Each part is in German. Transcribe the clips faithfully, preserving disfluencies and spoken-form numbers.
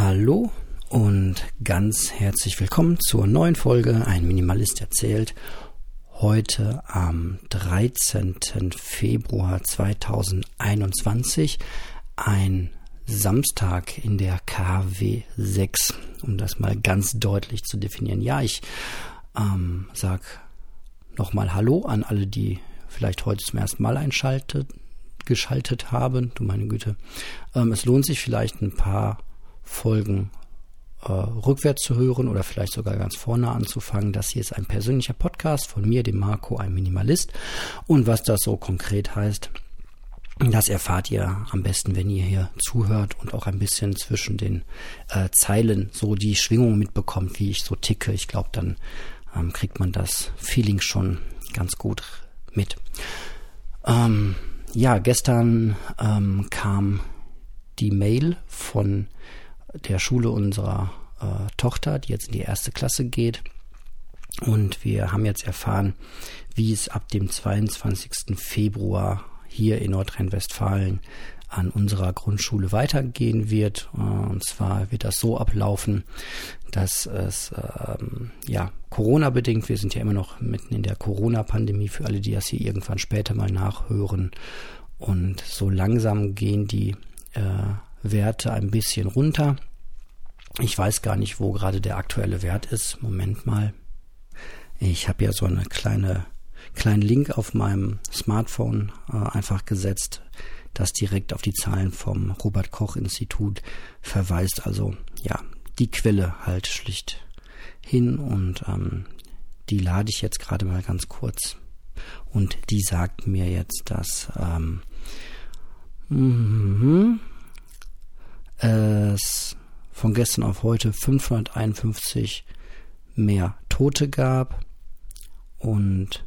Hallo und ganz herzlich willkommen zur neuen Folge Ein Minimalist erzählt. Heute am dreizehnten Februar zweitausendeinundzwanzig, ein Samstag in der K W sechs, um das mal ganz deutlich zu definieren. Ja, ich ähm, sag nochmal Hallo an alle, die vielleicht heute zum ersten Mal einschaltet, geschaltet haben. Du meine Güte. Ähm, es lohnt sich vielleicht ein paar Folgen äh, rückwärts zu hören oder vielleicht sogar ganz vorne anzufangen. Das hier ist ein persönlicher Podcast von mir, dem Marco, ein Minimalist. Und was das so konkret heißt, das erfahrt ihr am besten, wenn ihr hier zuhört und auch ein bisschen zwischen den äh, Zeilen so die Schwingung mitbekommt, wie ich so ticke. Ich glaube, dann ähm, kriegt man das Feeling schon ganz gut mit. Ähm, ja, gestern ähm, kam die Mail von der Schule unserer äh, Tochter, die jetzt in die erste Klasse geht. Und wir haben jetzt erfahren, wie es ab dem zweiundzwanzigsten Februar hier in Nordrhein-Westfalen an unserer Grundschule weitergehen wird. Und zwar wird das so ablaufen, dass es ähm, ja Corona-bedingt, wir sind ja immer noch mitten in der Corona-Pandemie, für alle, die das hier irgendwann später mal nachhören. Und so langsam gehen die äh, Werte ein bisschen runter. Ich weiß gar nicht, wo gerade der aktuelle Wert ist. Moment mal. Ich habe ja so eine kleine kleinen Link auf meinem Smartphone äh, einfach gesetzt, das direkt auf die Zahlen vom Robert-Koch-Institut verweist. Also ja, die Quelle halt schlicht hin und ähm, die lade ich jetzt gerade mal ganz kurz. Und die sagt mir jetzt, dass ähm, mm, es von gestern auf heute fünfhunderteinundfünfzig mehr Tote gab und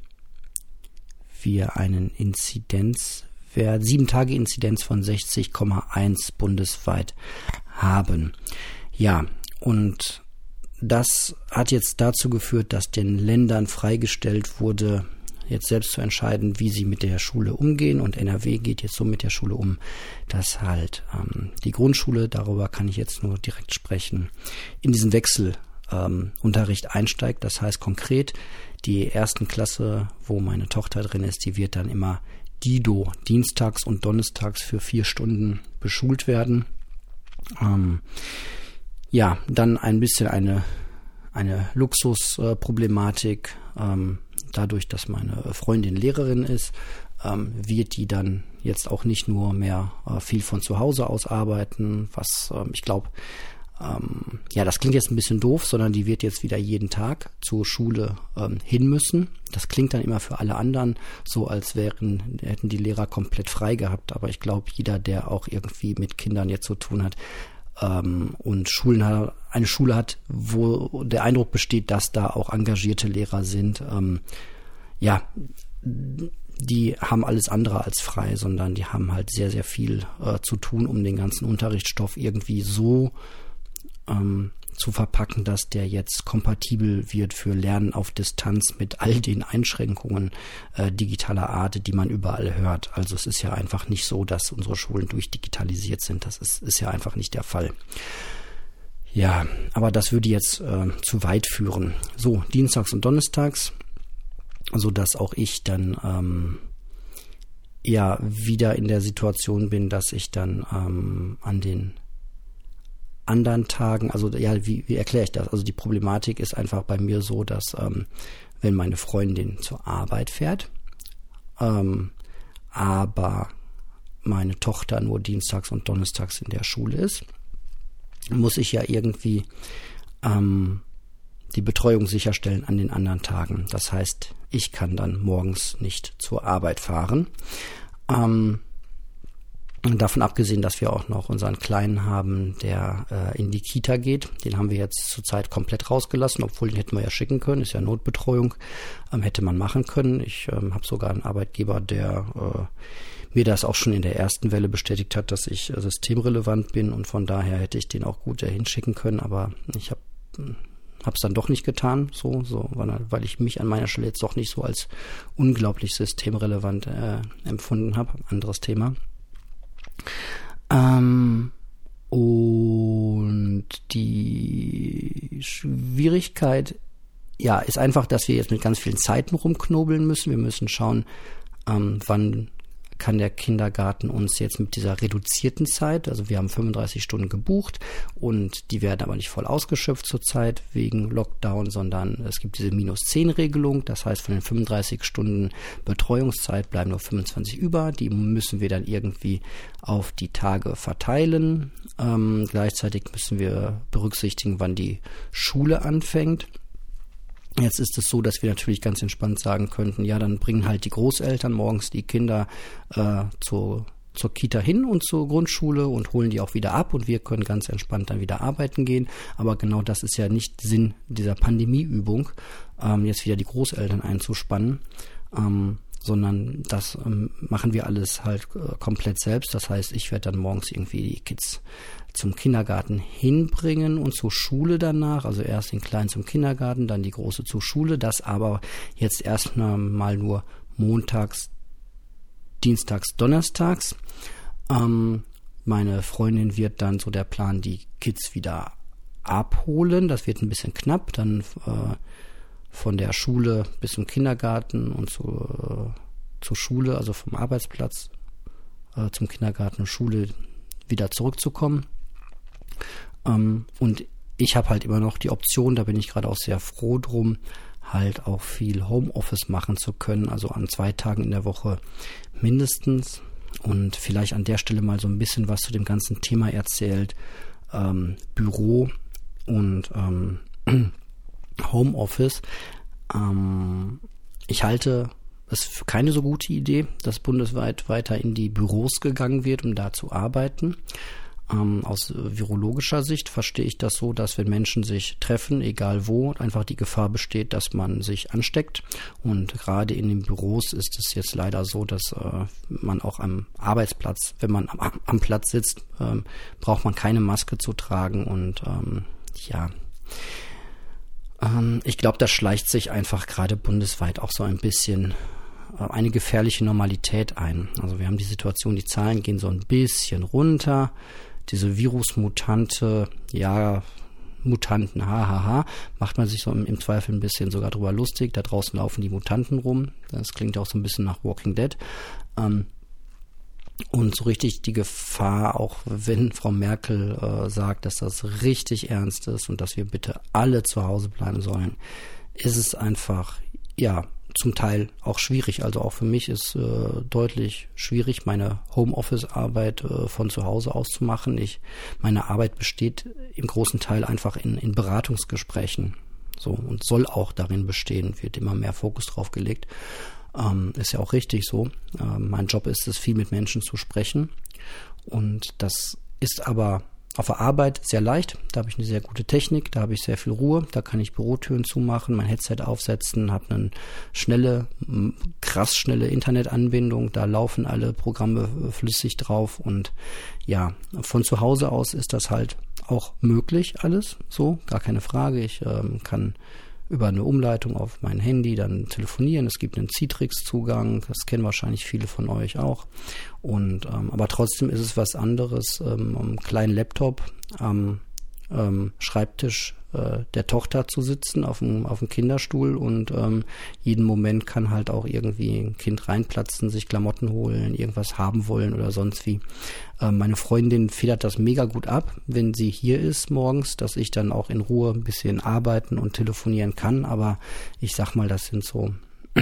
wir einen Inzidenzwert, sieben Tage Inzidenz von sechzig Komma eins bundesweit haben. Ja, und das hat jetzt dazu geführt, dass den Ländern freigestellt wurde, jetzt selbst zu entscheiden, wie sie mit der Schule umgehen. Und N R W geht jetzt so mit der Schule um, dass halt ähm, die Grundschule, darüber kann ich jetzt nur direkt sprechen, in diesen Wechselunterricht ähm, einsteigt. Das heißt konkret, die ersten Klasse, wo meine Tochter drin ist, die wird dann immer Dido dienstags und donnerstags für vier Stunden beschult werden. Ähm, ja, dann ein bisschen eine, eine Luxusproblematik. Ähm, dadurch, dass meine Freundin Lehrerin ist, ähm, wird die dann jetzt auch nicht nur mehr äh, viel von zu Hause aus arbeiten, was ähm, ich glaube, ähm, ja, das klingt jetzt ein bisschen doof, sondern die wird jetzt wieder jeden Tag zur Schule ähm, hin müssen. Das klingt dann immer für alle anderen so, als wären, hätten die Lehrer komplett frei gehabt. Aber ich glaube, jeder, der auch irgendwie mit Kindern jetzt zu tun hat ähm, und Schulen hat, eine Schule hat, wo der Eindruck besteht, dass da auch engagierte Lehrer sind, ähm, ja, die haben alles andere als frei, sondern die haben halt sehr, sehr viel äh, zu tun, um den ganzen Unterrichtsstoff irgendwie so ähm, zu verpacken, dass der jetzt kompatibel wird für Lernen auf Distanz mit all den Einschränkungen äh, digitaler Art, die man überall hört. Also es ist ja einfach nicht so, dass unsere Schulen durchdigitalisiert sind. Das ist, ist ja einfach nicht der Fall. Ja, aber das würde jetzt äh, zu weit führen. So, dienstags und donnerstags, so dass auch ich dann ähm, ja wieder in der Situation bin, dass ich dann ähm, an den anderen Tagen, also ja, wie, wie erkläre ich das? Also die Problematik ist einfach bei mir so, dass ähm, wenn meine Freundin zur Arbeit fährt, ähm, aber meine Tochter nur dienstags und donnerstags in der Schule ist, muss ich ja irgendwie ähm, die Betreuung sicherstellen an den anderen Tagen. Das heißt, ich kann dann morgens nicht zur Arbeit fahren. Ähm, davon abgesehen, dass wir auch noch unseren Kleinen haben, der äh, in die Kita geht. Den haben wir jetzt zurzeit komplett rausgelassen, obwohl den hätten wir ja schicken können. Ist ja Notbetreuung, ähm, hätte man machen können. Ich ähm, habe sogar einen Arbeitgeber, der äh, mir das auch schon in der ersten Welle bestätigt hat, dass ich äh, systemrelevant bin und von daher hätte ich den auch gut dahin schicken können, aber ich habe habe es dann doch nicht getan, so, so, weil, weil ich mich an meiner Stelle jetzt doch nicht so als unglaublich systemrelevant äh, empfunden habe. Anderes Thema. Ähm, und die Schwierigkeit, ja, ist einfach, dass wir jetzt mit ganz vielen Zeiten rumknobeln müssen. Wir müssen schauen, ähm, wann kann der Kindergarten uns jetzt mit dieser reduzierten Zeit, also wir haben fünfunddreißig Stunden gebucht und die werden aber nicht voll ausgeschöpft zurzeit wegen Lockdown, sondern es gibt diese minus zehn Regelung, das heißt von den fünfunddreißig Stunden Betreuungszeit bleiben nur fünfundzwanzig über, die müssen wir dann irgendwie auf die Tage verteilen. Ähm, gleichzeitig müssen wir berücksichtigen, wann die Schule anfängt. Jetzt ist es so, dass wir natürlich ganz entspannt sagen könnten, ja, dann bringen halt die Großeltern morgens die Kinder äh, zur, zur Kita hin und zur Grundschule und holen die auch wieder ab und wir können ganz entspannt dann wieder arbeiten gehen. Aber genau das ist ja nicht Sinn dieser Pandemieübung, ähm, jetzt wieder die Großeltern einzuspannen, ähm, sondern das ähm, machen wir alles halt äh, komplett selbst. Das heißt, ich werde dann morgens irgendwie die Kids zum Kindergarten hinbringen und zur Schule danach, also erst den Kleinen zum Kindergarten, dann die Große zur Schule, das aber jetzt erstmal mal nur montags, dienstags, donnerstags. Ähm, meine Freundin wird dann, so der Plan, die Kids wieder abholen, das wird ein bisschen knapp, dann äh, von der Schule bis zum Kindergarten und zu, äh, zur Schule, also vom Arbeitsplatz äh, zum Kindergarten und Schule wieder zurückzukommen. Ähm, und ich habe halt immer noch die Option, da bin ich gerade auch sehr froh drum, halt auch viel Homeoffice machen zu können, also an zwei Tagen in der Woche mindestens. Und vielleicht an der Stelle mal so ein bisschen was zu dem ganzen Thema erzählt. Ähm, Büro und ähm, Homeoffice. Ähm, ich halte es für keine so gute Idee, dass bundesweit weiter in die Büros gegangen wird, um da zu arbeiten. Ähm, aus virologischer Sicht verstehe ich das so, dass wenn Menschen sich treffen, egal wo, einfach die Gefahr besteht, dass man sich ansteckt. Und gerade in den Büros ist es jetzt leider so, dass äh, man auch am Arbeitsplatz, wenn man am, am Platz sitzt, ähm, braucht man keine Maske zu tragen. Und ähm, ja, ähm, ich glaube, das schleicht sich einfach gerade bundesweit auch so ein bisschen eine gefährliche Normalität ein. Also wir haben die Situation, die Zahlen gehen so ein bisschen runter. Diese Virusmutante, ja, Mutanten, hahaha, macht man sich so im, im Zweifel ein bisschen sogar drüber lustig. Da draußen laufen die Mutanten rum. Das klingt auch so ein bisschen nach Walking Dead. Ähm, und so richtig die Gefahr, auch wenn Frau Merkel äh, sagt, dass das richtig ernst ist und dass wir bitte alle zu Hause bleiben sollen, ist es einfach, ja, zum Teil auch schwierig. Also auch für mich ist äh, deutlich schwierig, meine Homeoffice-Arbeit äh, von zu Hause aus zu machen. Ich, meine Arbeit besteht im großen Teil einfach in, in Beratungsgesprächen. So, und soll auch darin bestehen, wird immer mehr Fokus drauf gelegt. Ähm, ist ja auch richtig so. Ähm, mein Job ist es, viel mit Menschen zu sprechen. Und das ist aber auf der Arbeit sehr leicht, da habe ich eine sehr gute Technik, da habe ich sehr viel Ruhe, da kann ich Bürotüren zumachen, mein Headset aufsetzen, habe eine schnelle, krass schnelle Internetanbindung, da laufen alle Programme flüssig drauf und ja, von zu Hause aus ist das halt auch möglich alles, so, gar keine Frage, ich ähm, kann über eine Umleitung auf mein Handy dann telefonieren. Es gibt einen Citrix-Zugang, das kennen wahrscheinlich viele von euch auch. Und ähm, aber trotzdem ist es was anderes, ähm, am kleinen Laptop am ähm, Schreibtisch äh, der Tochter zu sitzen, auf dem, auf dem Kinderstuhl und ähm, jeden Moment kann halt auch irgendwie ein Kind reinplatzen, sich Klamotten holen, irgendwas haben wollen oder sonst wie. Ähm, meine Freundin federt das mega gut ab, wenn sie hier ist morgens, dass ich dann auch in Ruhe ein bisschen arbeiten und telefonieren kann, aber ich sag mal, das sind so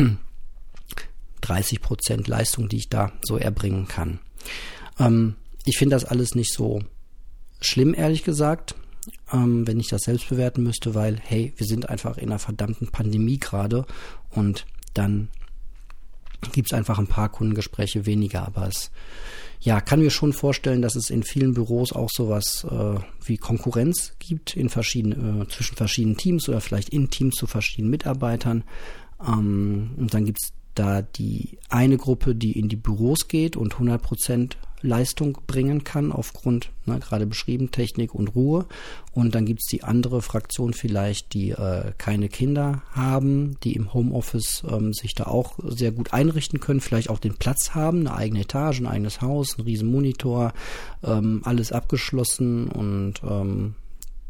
dreißig Prozent Leistung, die ich da so erbringen kann. Ähm, ich finde das alles nicht so schlimm, ehrlich gesagt, ähm, wenn ich das selbst bewerten müsste, weil, hey, wir sind einfach in einer verdammten Pandemie gerade und dann gibt es einfach ein paar Kundengespräche weniger, aber es ja, kann mir schon vorstellen, dass es in vielen Büros auch sowas äh, wie Konkurrenz gibt in verschiedenen, äh, zwischen verschiedenen Teams oder vielleicht in Teams zu verschiedenen Mitarbeitern. Ähm, und dann gibt es da die eine Gruppe, die in die Büros geht und hundert Prozent Leistung bringen kann aufgrund, ne, gerade beschrieben, Technik und Ruhe. Und dann gibt es die andere Fraktion vielleicht, die äh, keine Kinder haben, die im Homeoffice ähm, sich da auch sehr gut einrichten können, vielleicht auch den Platz haben, eine eigene Etage, ein eigenes Haus, ein riesen Monitor, ähm, alles abgeschlossen und ähm,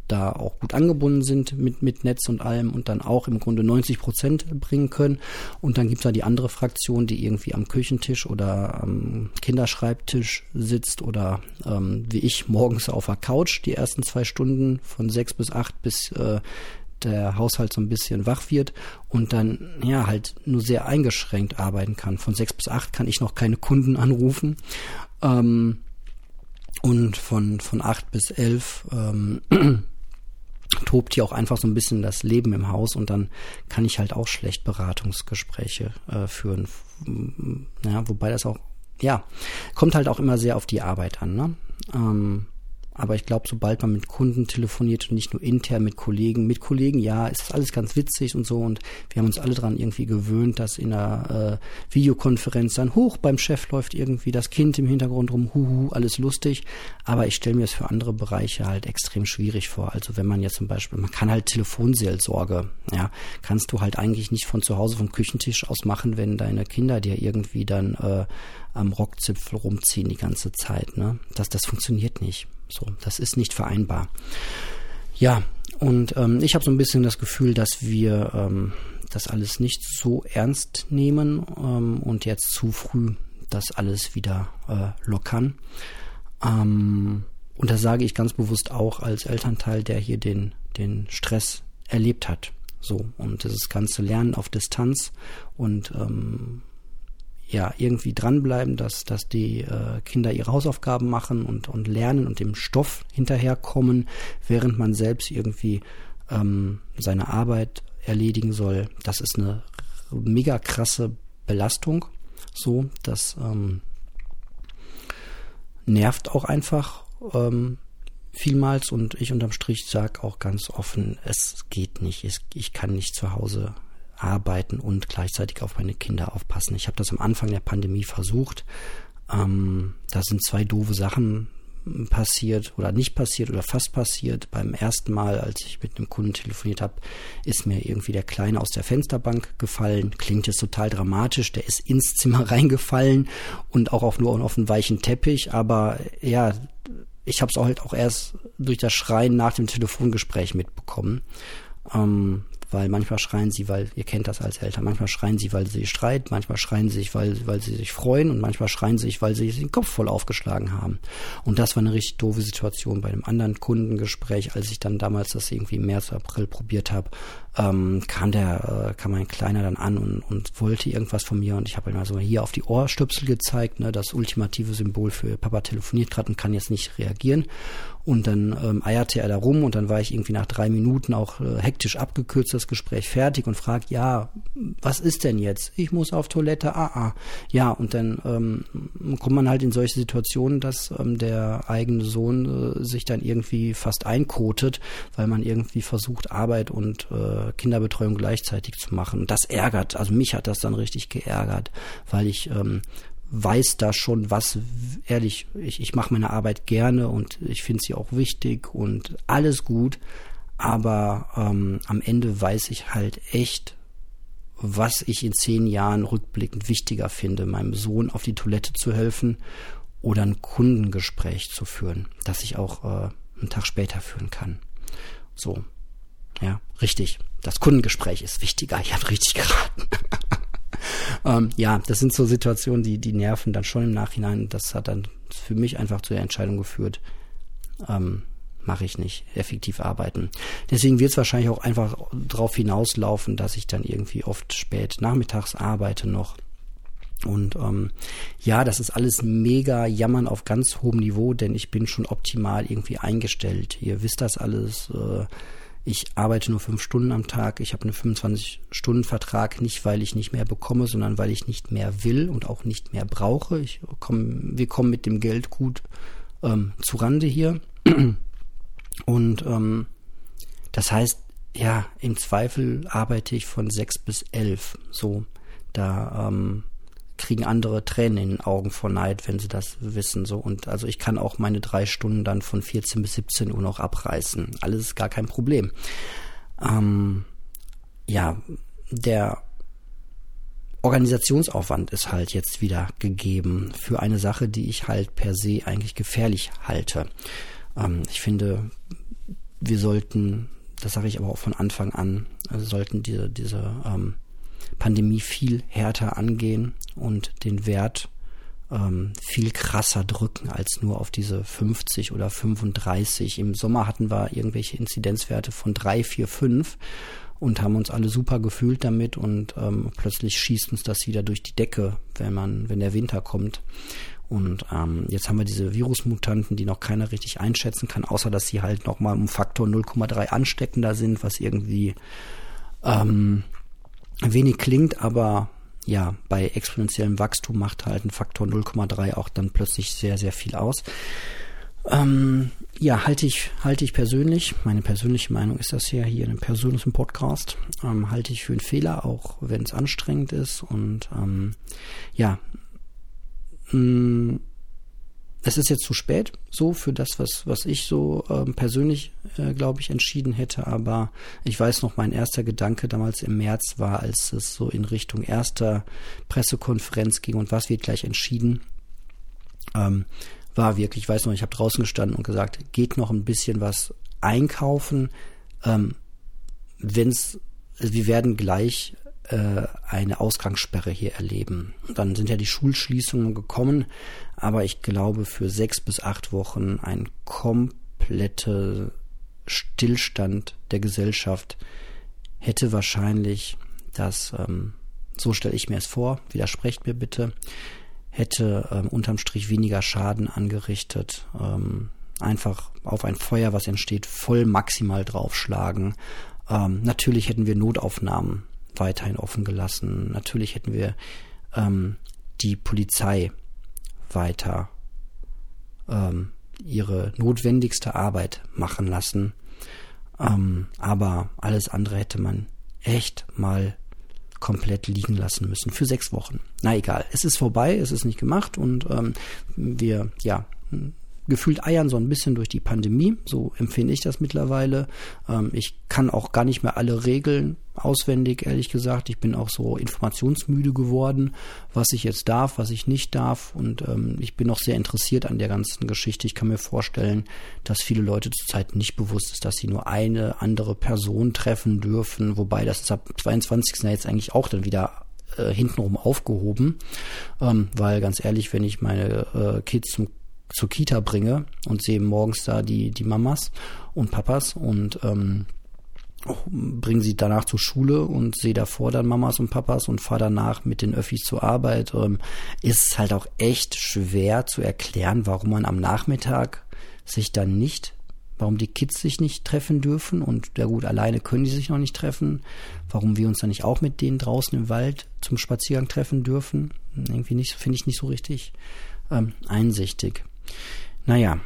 da auch gut angebunden sind mit, mit Netz und allem und dann auch im Grunde neunzig Prozent bringen können. Und dann gibt's da die andere Fraktion, die irgendwie am Küchentisch oder am Kinderschreibtisch sitzt oder ähm, wie ich morgens auf der Couch die ersten zwei Stunden von sechs bis acht bis äh, der Haushalt so ein bisschen wach wird und dann ja halt nur sehr eingeschränkt arbeiten kann. Von sechs bis acht kann ich noch keine Kunden anrufen. Ähm, und von, von acht bis elf ähm, tobt hier auch einfach so ein bisschen das Leben im Haus und dann kann ich halt auch schlecht Beratungsgespräche äh, führen. Ja, wobei das auch, ja, kommt halt auch immer sehr auf die Arbeit an, ne? Ähm, aber ich glaube, sobald man mit Kunden telefoniert und nicht nur intern mit Kollegen, mit Kollegen, ja, ist das alles ganz witzig und so und wir haben uns alle dran irgendwie gewöhnt, dass in einer äh, Videokonferenz dann hoch beim Chef läuft irgendwie das Kind im Hintergrund rum, huhu, alles lustig, aber ich stelle mir das für andere Bereiche halt extrem schwierig vor. Also wenn man jetzt zum Beispiel, man kann halt Telefonseelsorge, ja, kannst du halt eigentlich nicht von zu Hause vom Küchentisch aus machen, wenn deine Kinder dir irgendwie dann äh, am Rockzipfel rumziehen die ganze Zeit, ne? Das, das funktioniert nicht. So, das ist nicht vereinbar. Ja, und ähm, ich habe so ein bisschen das Gefühl, dass wir ähm, das alles nicht so ernst nehmen ähm, und jetzt zu früh das alles wieder äh, lockern. Ähm, und das sage ich ganz bewusst auch als Elternteil, der hier den, den Stress erlebt hat. So, und das ganze Lernen auf Distanz und ähm, ja, irgendwie dranbleiben, dass, dass die äh, Kinder ihre Hausaufgaben machen und, und lernen und dem Stoff hinterherkommen, während man selbst irgendwie ähm, seine Arbeit erledigen soll. Das ist eine mega krasse Belastung. So, das ähm, nervt auch einfach ähm, vielmals und ich unterm Strich sage auch ganz offen, es geht nicht. Es, ich kann nicht zu Hause arbeiten und gleichzeitig auf meine Kinder aufpassen. Ich habe das am Anfang der Pandemie versucht. Ähm, da sind zwei doofe Sachen passiert oder nicht passiert oder fast passiert. Beim ersten Mal, als ich mit einem Kunden telefoniert habe, ist mir irgendwie der Kleine aus der Fensterbank gefallen. Klingt jetzt total dramatisch. Der ist ins Zimmer reingefallen und auch auf, nur auf einen weichen Teppich. Aber ja, ich habe es auch halt auch erst durch das Schreien nach dem Telefongespräch mitbekommen. Ähm, weil manchmal schreien sie, weil, ihr kennt das als Eltern, manchmal schreien sie, weil sie streiten, manchmal schreien sie sich, weil, weil sie sich freuen und manchmal schreien sie sich, weil sie sich den Kopf voll aufgeschlagen haben. Und das war eine richtig doofe Situation bei einem anderen Kundengespräch, als ich dann damals das irgendwie im März, April probiert habe, ähm, kam der, äh, kam mein Kleiner dann an und, und wollte irgendwas von mir und ich habe ihm mal so hier auf die Ohrstöpsel gezeigt, ne, das ultimative Symbol für Papa telefoniert gerade und kann jetzt nicht reagieren. Und dann ähm, eierte er da rum und dann war ich irgendwie nach drei Minuten auch äh, hektisch abgekürzt das Gespräch fertig und fragt, ja, was ist denn jetzt? Ich muss auf Toilette, ah, ah. Ja, und dann ähm, kommt man halt in solche Situationen, dass ähm, der eigene Sohn äh, sich dann irgendwie fast einkotet, weil man irgendwie versucht, Arbeit und äh, Kinderbetreuung gleichzeitig zu machen. Und das ärgert, also mich hat das dann richtig geärgert, weil ich ähm, weiß da schon, was, ehrlich, ich, ich mache meine Arbeit gerne und ich finde sie auch wichtig und alles gut, aber ähm, am Ende weiß ich halt echt, was ich in zehn Jahren rückblickend wichtiger finde, meinem Sohn auf die Toilette zu helfen oder ein Kundengespräch zu führen, das ich auch äh, einen Tag später führen kann. So, ja, richtig, das Kundengespräch ist wichtiger, ich habe richtig geraten. Ähm, ja, das sind so Situationen, die die nerven dann schon im Nachhinein. Das hat dann für mich einfach zu der Entscheidung geführt, ähm, mache ich nicht, effektiv arbeiten. Deswegen wird es wahrscheinlich auch einfach drauf hinauslaufen, dass ich dann irgendwie oft spät nachmittags arbeite noch. Und ähm, ja, das ist alles mega Jammern auf ganz hohem Niveau, denn ich bin schon optimal irgendwie eingestellt. Ihr wisst das alles. Äh, Ich arbeite nur fünf Stunden am Tag. Ich habe einen fünfundzwanzig-Stunden-Vertrag, nicht weil ich nicht mehr bekomme, sondern weil ich nicht mehr will und auch nicht mehr brauche. Ich komm, wir kommen mit dem Geld gut ähm, zurande hier. Und ähm, das heißt, ja, im Zweifel arbeite ich von sechs bis elf. So, da ähm, kriegen andere Tränen in den Augen vor Neid, wenn sie das wissen. So, und also ich kann auch meine drei Stunden dann von vierzehn bis siebzehn Uhr noch abreißen. Alles ist gar kein Problem. Ähm, ja, der Organisationsaufwand ist halt jetzt wieder gegeben für eine Sache, die ich halt per se eigentlich gefährlich halte. Ähm, ich finde, wir sollten, das sage ich aber auch von Anfang an, also sollten diese, diese ähm, Pandemie viel härter angehen und den Wert ähm, viel krasser drücken als nur auf diese fünfzig oder fünfunddreißig. Im Sommer hatten wir irgendwelche Inzidenzwerte von drei, vier, fünf und haben uns alle super gefühlt damit und ähm, plötzlich schießt uns das wieder durch die Decke, wenn man, wenn der Winter kommt. Und ähm, jetzt haben wir diese Virusmutanten, die noch keiner richtig einschätzen kann, außer dass sie halt nochmal um Faktor null Komma drei ansteckender sind, was irgendwie ähm, wenig klingt, aber ja, bei exponentiellem Wachstum macht halt ein Faktor null Komma drei auch dann plötzlich sehr, sehr viel aus. Ähm, ja, halte ich, halte ich persönlich, meine persönliche Meinung ist das ja hier in einem persönlichen Podcast, ähm, halte ich für einen Fehler, auch wenn es anstrengend ist und ähm, ja, mh, es ist jetzt zu spät, so für das, was was ich so ähm, persönlich, äh, glaube ich, entschieden hätte. Aber ich weiß noch, mein erster Gedanke damals im März war, als es so in Richtung erster Pressekonferenz ging und was wird gleich entschieden, ähm, war wirklich, ich weiß noch, ich habe draußen gestanden und gesagt, geht noch ein bisschen was einkaufen, ähm, wenn's, also wir werden gleich eine Ausgangssperre hier erleben. Dann sind ja die Schulschließungen gekommen, aber ich glaube für sechs bis acht Wochen ein kompletter Stillstand der Gesellschaft hätte wahrscheinlich das, ähm, so stelle ich mir es vor, widersprecht mir bitte, hätte ähm, unterm Strich weniger Schaden angerichtet, ähm, einfach auf ein Feuer, was entsteht, voll maximal draufschlagen. Ähm, natürlich hätten wir Notaufnahmen weiterhin offen gelassen. Natürlich hätten wir ähm, die Polizei weiter ähm, ihre notwendigste Arbeit machen lassen. Ähm, aber alles andere hätte man echt mal komplett liegen lassen müssen für sechs Wochen. Na egal, es ist vorbei, es ist nicht gemacht und ähm, wir, ja, gefühlt eiern so ein bisschen durch die Pandemie, so empfinde ich das mittlerweile. Ähm, ich kann auch gar nicht mehr alle Regeln auswendig, ehrlich gesagt. Ich bin auch so informationsmüde geworden, was ich jetzt darf, was ich nicht darf und ähm, ich bin auch sehr interessiert an der ganzen Geschichte. Ich kann mir vorstellen, dass viele Leute zurzeit nicht bewusst ist, dass sie nur eine andere Person treffen dürfen, wobei das ist ab zweiundzwanzigsten jetzt eigentlich auch dann wieder äh, hintenrum aufgehoben, ähm, weil ganz ehrlich, wenn ich meine äh, Kids zum zur Kita bringe und sehe morgens da die die Mamas und Papas und ähm, bringe sie danach zur Schule und sehe davor dann Mamas und Papas und fahre danach mit den Öffis zur Arbeit, ähm, ist es halt auch echt schwer zu erklären, warum man am Nachmittag sich dann nicht, warum die Kids sich nicht treffen dürfen und ja gut, alleine können die sich noch nicht treffen, warum wir uns dann nicht auch mit denen draußen im Wald zum Spaziergang treffen dürfen, irgendwie nicht, finde ich nicht so richtig ähm, einsichtig. Naja,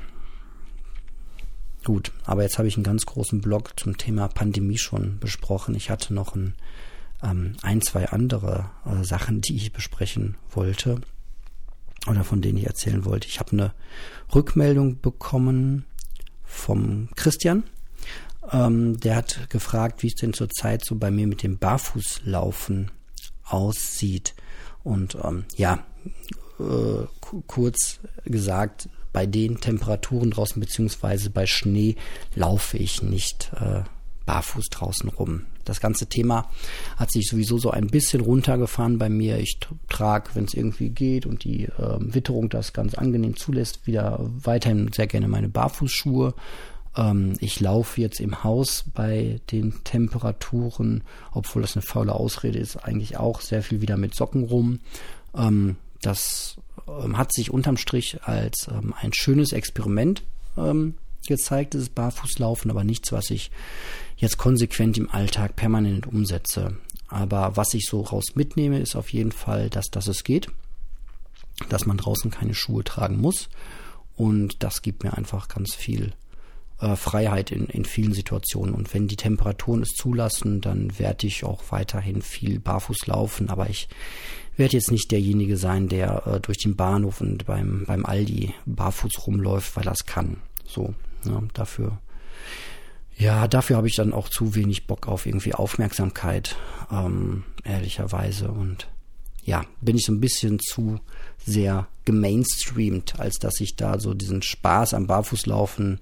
gut, aber jetzt habe ich einen ganz großen Blog zum Thema Pandemie schon besprochen. Ich hatte noch ein, ähm, ein zwei andere äh, Sachen, die ich besprechen wollte oder von denen ich erzählen wollte. Ich habe eine Rückmeldung bekommen vom Christian. Ähm, der hat gefragt, wie es denn zurzeit so bei mir mit dem Barfußlaufen aussieht. Und ähm, ja, Äh, kurz gesagt, bei den Temperaturen draußen beziehungsweise bei Schnee laufe ich nicht äh, barfuß draußen rum. Das ganze Thema hat sich sowieso so ein bisschen runtergefahren bei mir. Ich trage, wenn es irgendwie geht und die äh, Witterung das ganz angenehm zulässt, wieder weiterhin sehr gerne meine Barfußschuhe. Ähm, ich laufe jetzt im Haus bei den Temperaturen, obwohl das eine faule Ausrede ist, eigentlich auch sehr viel wieder mit Socken rum. Ähm, Das ähm, hat sich unterm Strich als ähm, ein schönes Experiment ähm, gezeigt, dieses Barfußlaufen, aber nichts, was ich jetzt konsequent im Alltag permanent umsetze. Aber was ich so raus mitnehme, ist auf jeden Fall, dass, dass es geht, dass man draußen keine Schuhe tragen muss und das gibt mir einfach ganz viel äh, Freiheit in, in vielen Situationen. Und wenn die Temperaturen es zulassen, dann werde ich auch weiterhin viel barfuß laufen, aber ich werde jetzt nicht derjenige sein, der äh, durch den Bahnhof und beim beim Aldi barfuß rumläuft, weil das kann. So, ja, dafür, ja, dafür habe ich dann auch zu wenig Bock auf irgendwie Aufmerksamkeit, ähm, ehrlicherweise. Und ja, bin ich so ein bisschen zu sehr gemainstreamt, als dass ich da so diesen Spaß am Barfußlaufen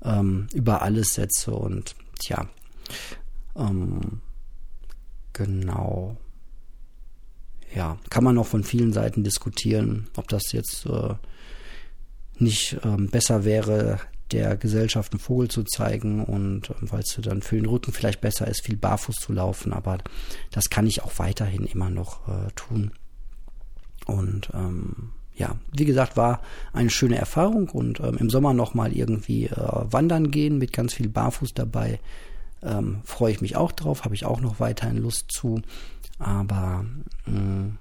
ähm, über alles setze und tja, ähm, genau. Ja, kann man auch von vielen Seiten diskutieren, ob das jetzt äh, nicht ähm, besser wäre, der Gesellschaft einen Vogel zu zeigen und ähm, weil es dann für den Rücken vielleicht besser ist, viel barfuß zu laufen, aber das kann ich auch weiterhin immer noch äh, tun. Und ähm, ja, wie gesagt, war eine schöne Erfahrung und ähm, im Sommer nochmal irgendwie äh, wandern gehen mit ganz viel Barfuß dabei, ähm, freue ich mich auch drauf, habe ich auch noch weiterhin Lust zu, aber mh,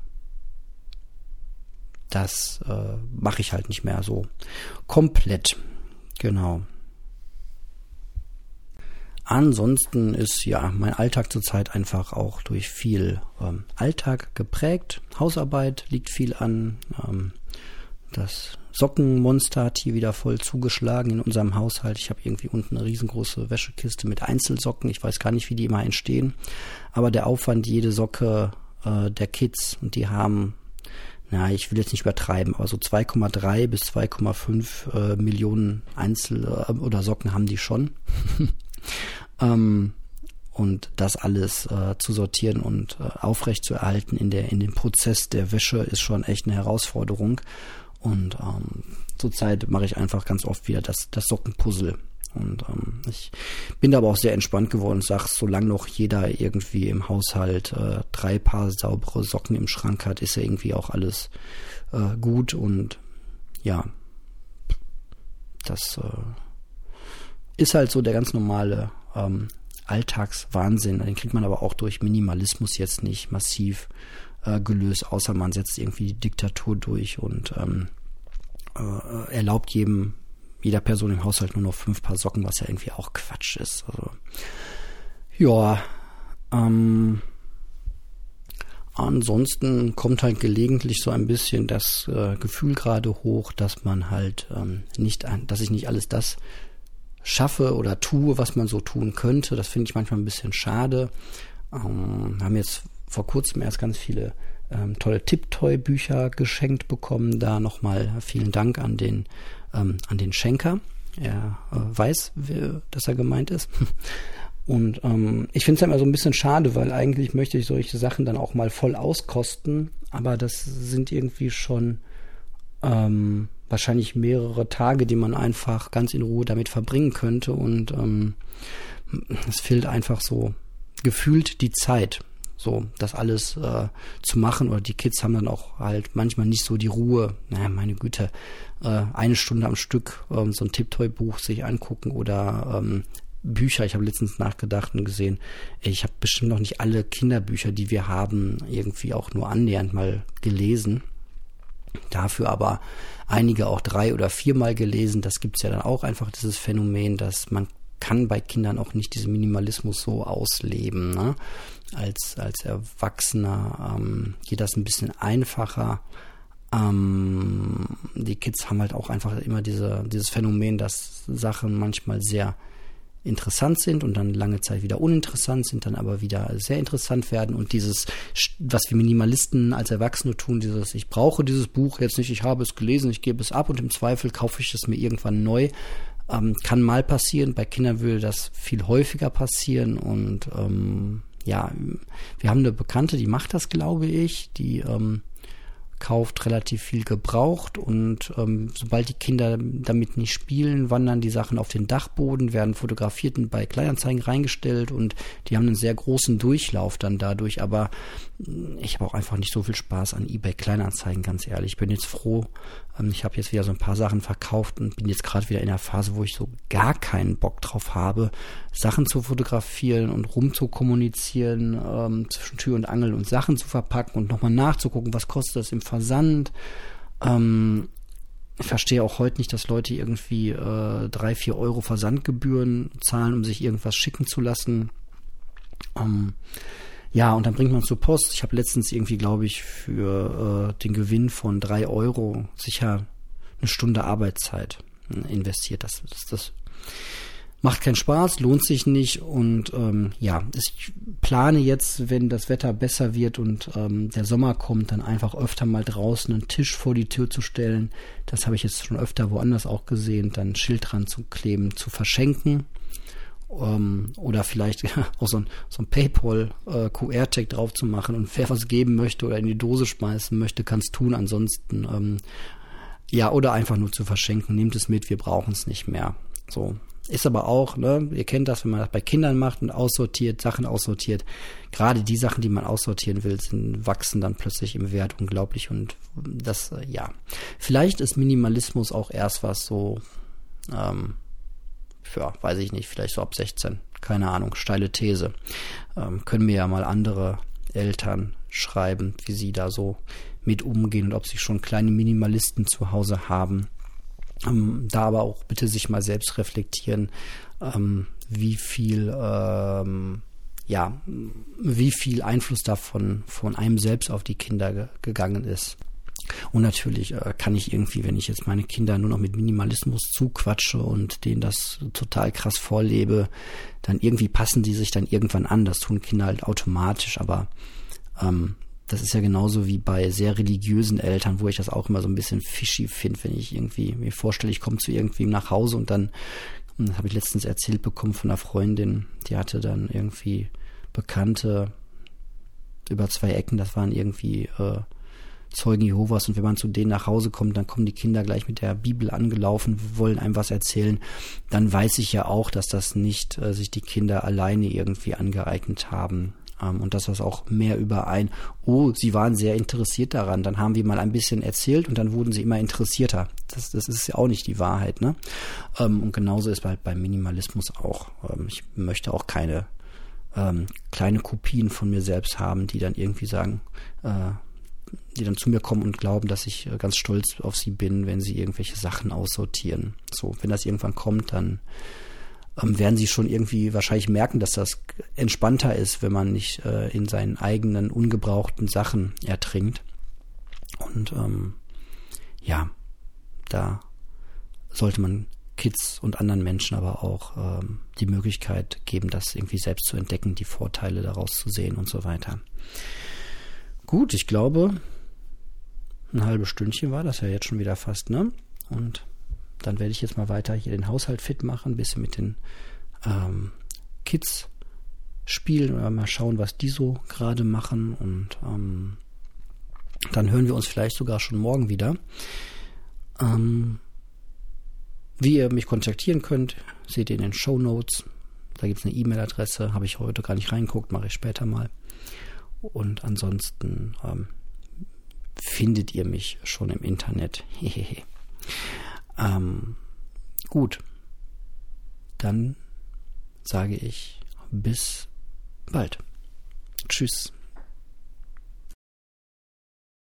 das äh, mache ich halt nicht mehr so komplett. Genau. Ansonsten ist ja mein Alltag zurzeit einfach auch durch viel ähm, Alltag geprägt. Hausarbeit liegt viel an. Ähm, das Sockenmonster hat hier wieder voll zugeschlagen in unserem Haushalt. Ich habe irgendwie unten eine riesengroße Wäschekiste mit Einzelsocken. Ich weiß gar nicht, wie die immer entstehen. Aber der Aufwand, jede Socke äh, der Kids, und die haben, na, ich will jetzt nicht übertreiben, aber so zwei Komma drei bis zwei Komma fünf äh, Millionen Einzel- äh, oder Socken haben die schon. ähm, und das alles äh, zu sortieren und äh, aufrecht zu erhalten in der in dem Prozess der Wäsche ist schon echt eine Herausforderung. Und ähm, zurzeit mache ich einfach ganz oft wieder das, das Sockenpuzzle. Und ähm, ich bin da aber auch sehr entspannt geworden und sage, solange noch jeder irgendwie im Haushalt äh, drei Paar saubere Socken im Schrank hat, ist ja irgendwie auch alles äh, gut. Und ja, das äh, ist halt so der ganz normale ähm, Alltagswahnsinn. Den kriegt man aber auch durch Minimalismus jetzt nicht massiv äh, gelöst, außer man setzt irgendwie die Diktatur durch und ähm, äh, erlaubt jedem jeder Person im Haushalt nur noch fünf Paar Socken, was ja irgendwie auch Quatsch ist. Also, ja, ähm, ansonsten kommt halt gelegentlich so ein bisschen das äh, Gefühl gerade hoch, dass man halt ähm, nicht, dass ich nicht alles das schaffe oder tue, was man so tun könnte. Das finde ich manchmal ein bisschen schade. Ähm, wir haben jetzt vor kurzem erst ganz viele ähm, tolle Tipptoy-Bücher geschenkt bekommen. Da nochmal vielen Dank an den ähm, an den Schenker. Er äh, weiß, wie, dass er gemeint ist. Und ähm, ich finde es ja immer so ein bisschen schade, weil eigentlich möchte ich solche Sachen dann auch mal voll auskosten, aber das sind irgendwie schon ähm, wahrscheinlich mehrere Tage, die man einfach ganz in Ruhe damit verbringen könnte, und ähm, es fehlt einfach so gefühlt die Zeit, so das alles äh, zu machen, oder die Kids haben dann auch halt manchmal nicht so die Ruhe, naja, meine Güte, äh, eine Stunde am Stück ähm, so ein Tipptoy-Buch sich angucken oder ähm, Bücher. Ich habe letztens nachgedacht und gesehen, ich habe bestimmt noch nicht alle Kinderbücher, die wir haben, irgendwie auch nur annähernd mal gelesen. Dafür aber einige auch drei- oder viermal gelesen. Das gibt's ja dann auch einfach, dieses Phänomen, dass man kann bei Kindern auch nicht diesen Minimalismus so ausleben, ne? Als, als Erwachsener ähm, geht das ein bisschen einfacher. Ähm, die Kids haben halt auch einfach immer diese, dieses Phänomen, dass Sachen manchmal sehr interessant sind und dann lange Zeit wieder uninteressant sind, dann aber wieder sehr interessant werden, und dieses, was wir Minimalisten als Erwachsene tun, dieses, ich brauche dieses Buch jetzt nicht, ich habe es gelesen, ich gebe es ab und im Zweifel kaufe ich es mir irgendwann neu, ähm, kann mal passieren. Bei Kindern würde das viel häufiger passieren, und ähm, ja, wir haben eine Bekannte, die macht das, glaube ich, die ähm, kauft relativ viel gebraucht, und ähm, sobald die Kinder damit nicht spielen, wandern die Sachen auf den Dachboden, werden fotografiert und bei Kleinanzeigen reingestellt, und die haben einen sehr großen Durchlauf dann dadurch, aber ich habe auch einfach nicht so viel Spaß an eBay Kleinanzeigen, ganz ehrlich. Ich bin jetzt froh, ähm, ich habe jetzt wieder so ein paar Sachen verkauft und bin jetzt gerade wieder in der Phase, wo ich so gar keinen Bock drauf habe, Sachen zu fotografieren und rumzukommunizieren, ähm, zwischen Tür und Angel und Sachen zu verpacken und nochmal nachzugucken, was kostet das im Versand. Ähm, ich verstehe auch heute nicht, dass Leute irgendwie äh, drei, vier Euro Versandgebühren zahlen, um sich irgendwas schicken zu lassen. Ähm, ja, und dann bringt man zur Post. Ich habe letztens irgendwie, glaube ich, für äh, den Gewinn von drei Euro sicher eine Stunde Arbeitszeit investiert. Das, das, das macht keinen Spaß, lohnt sich nicht und ähm, ja, ich plane jetzt, wenn das Wetter besser wird und ähm, der Sommer kommt, dann einfach öfter mal draußen einen Tisch vor die Tür zu stellen. Das habe ich jetzt schon öfter woanders auch gesehen, dann ein Schild dran zu kleben, zu verschenken ähm, oder vielleicht auch so ein, so ein PayPal-Q R-Tag drauf zu machen und wer was geben möchte oder in die Dose schmeißen möchte, kann es tun, ansonsten ähm, ja, oder einfach nur zu verschenken, nehmt es mit, wir brauchen es nicht mehr. So. Ist aber auch, ne, ihr kennt das, wenn man das bei Kindern macht und aussortiert, Sachen aussortiert. Gerade die Sachen, die man aussortieren will, sind, wachsen dann plötzlich im Wert unglaublich und das, äh, ja. Vielleicht ist Minimalismus auch erst was so, ähm, ja, weiß ich nicht, vielleicht so ab sechzehn. Keine Ahnung, steile These. Ähm, können mir ja mal andere Eltern schreiben, wie sie da so mit umgehen und ob sie schon kleine Minimalisten zu Hause haben. Ähm, da aber auch bitte sich mal selbst reflektieren, ähm, wie viel, ähm, ja, wie viel Einfluss davon von einem selbst auf die Kinder ge- gegangen ist. Und natürlich äh, kann ich irgendwie, wenn ich jetzt meine Kinder nur noch mit Minimalismus zuquatsche und denen das total krass vorlebe, dann irgendwie passen die sich dann irgendwann an. Das tun Kinder halt automatisch, aber ähm, das ist ja genauso wie bei sehr religiösen Eltern, wo ich das auch immer so ein bisschen fishy finde, wenn ich irgendwie mir vorstelle, ich komme zu irgendwem nach Hause und dann, und das habe ich letztens erzählt bekommen von einer Freundin, die hatte dann irgendwie Bekannte über zwei Ecken, das waren irgendwie äh, Zeugen Jehovas und wenn man zu denen nach Hause kommt, dann kommen die Kinder gleich mit der Bibel angelaufen, wollen einem was erzählen, dann weiß ich ja auch, dass das nicht äh, sich die Kinder alleine irgendwie angeeignet haben. Und dass das auch mehr überein, oh, sie waren sehr interessiert daran, dann haben wir mal ein bisschen erzählt und dann wurden sie immer interessierter. Das, das ist ja auch nicht die Wahrheit, ne? Und genauso ist halt beim Minimalismus auch. Ich möchte auch keine ähm, kleine Kopien von mir selbst haben, die dann irgendwie sagen, äh, die dann zu mir kommen und glauben, dass ich ganz stolz auf sie bin, wenn sie irgendwelche Sachen aussortieren. So, wenn das irgendwann kommt, dann Ähm, werden sie schon irgendwie wahrscheinlich merken, dass das entspannter ist, wenn man nicht äh, in seinen eigenen ungebrauchten Sachen ertrinkt. Und ähm, ja, da sollte man Kids und anderen Menschen aber auch ähm, die Möglichkeit geben, das irgendwie selbst zu entdecken, die Vorteile daraus zu sehen und so weiter. Gut, ich glaube, ein halbes Stündchen war das ja jetzt schon wieder fast, ne? Und dann werde ich jetzt mal weiter hier den Haushalt fit machen, ein bisschen mit den ähm, Kids spielen oder mal schauen, was die so gerade machen. Und ähm, dann hören wir uns vielleicht sogar schon morgen wieder. Ähm, wie ihr mich kontaktieren könnt, seht ihr in den Shownotes. Da gibt es eine E-Mail-Adresse, habe ich heute gar nicht reingeguckt, mache ich später mal. Und ansonsten ähm, findet ihr mich schon im Internet. Hehehe. Ähm, gut, dann sage ich bis bald. Tschüss.